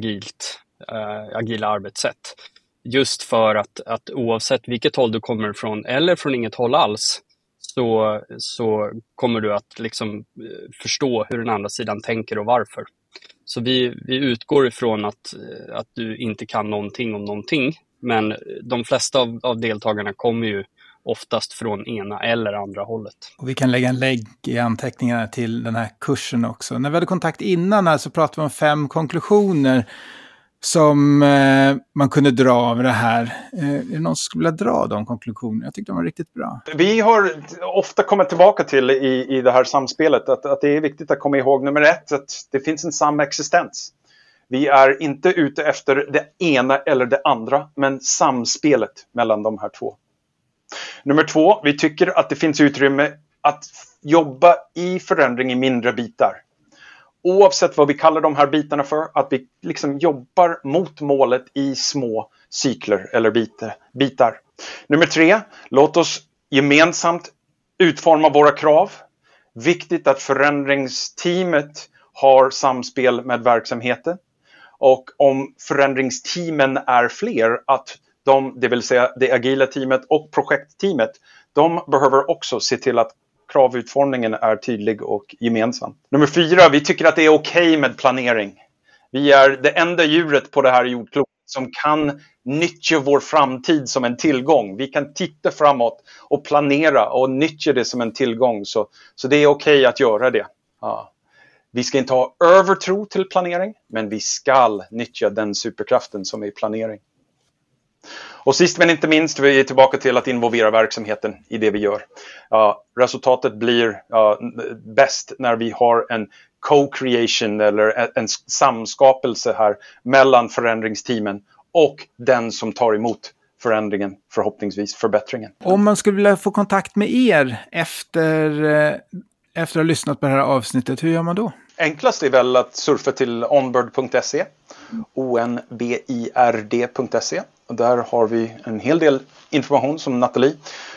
agila arbetssätt. Just för att oavsett vilket håll du kommer ifrån eller från inget håll alls, så kommer du att liksom förstå hur den andra sidan tänker och varför. Så vi utgår ifrån att du inte kan någonting om någonting, men de flesta av deltagarna kommer ju oftast från ena eller andra hållet. Och vi kan lägga en länk i anteckningarna till den här kursen också. När vi hade kontakt innan här så pratade vi om 5 konklusioner som man kunde dra av det här. Är det någon som skulle vilja dra de konklusionerna? Jag tyckte de var riktigt bra. Vi har ofta kommit tillbaka till i det här samspelet att det är viktigt att komma ihåg nummer 1, att det finns en samexistens. Vi är inte ute efter det ena eller det andra, men samspelet mellan de här två. Nummer 2, vi tycker att det finns utrymme att jobba i förändring i mindre bitar. Oavsett vad vi kallar de här bitarna för, att vi liksom jobbar mot målet i små cykler eller bitar. Nummer 3, låt oss gemensamt utforma våra krav. Viktigt att förändringsteamet har samspel med verksamheten. Och om förändringsteamen är fler, att det vill säga det agila teamet och projektteamet, de behöver också se till att kravutformningen är tydlig och gemensam. Nummer 4, vi tycker att det är okej med planering. Vi är det enda djuret på det här jordklotet som kan nyttja vår framtid som en tillgång. Vi kan titta framåt och planera och nyttja det som en tillgång. Så det är okej att göra det. Ja. Vi ska inte ha övertro till planering, men vi ska nyttja den superkraften som är planering. Och sist men inte minst, vi är tillbaka till att involvera verksamheten i det vi gör. Resultatet blir bäst när vi har en co-creation eller en samskapelse här mellan förändringsteamen och den som tar emot förändringen, förhoppningsvis förbättringen. Om man skulle vilja få kontakt med er efter att ha lyssnat på det här avsnittet, hur gör man då? Enklast är väl att surfa till onbird.se, onbird.se. Och där har vi en hel del information som Nathalie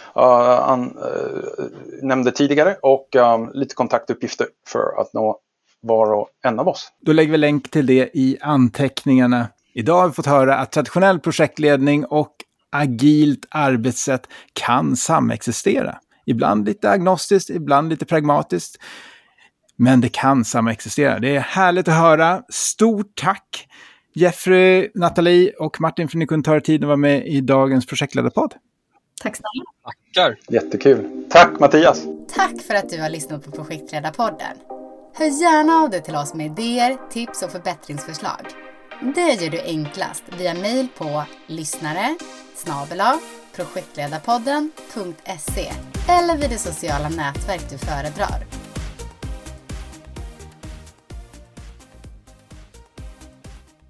nämnde tidigare och lite kontaktuppgifter för att nå var och en av oss. Då lägger vi länk till det i anteckningarna. Idag har vi fått höra att traditionell projektledning och agilt arbetssätt kan samexistera. Ibland lite agnostiskt, ibland lite pragmatiskt. Men det kan samexistera. Det är härligt att höra. Stort tack Jeffrey, Nathalie och Martin för att ni kunde ta er tid att vara med i dagens projektledarpodd. Tack snälla. Tackar. Jättekul. Tack Mattias. Tack för att du har lyssnat på Projektledarpodden. Hör gärna av dig till oss med idéer, tips och förbättringsförslag. Det gör du enklast via mejl på lyssnare@projektledarpodden.se eller vid det sociala nätverk du föredrar.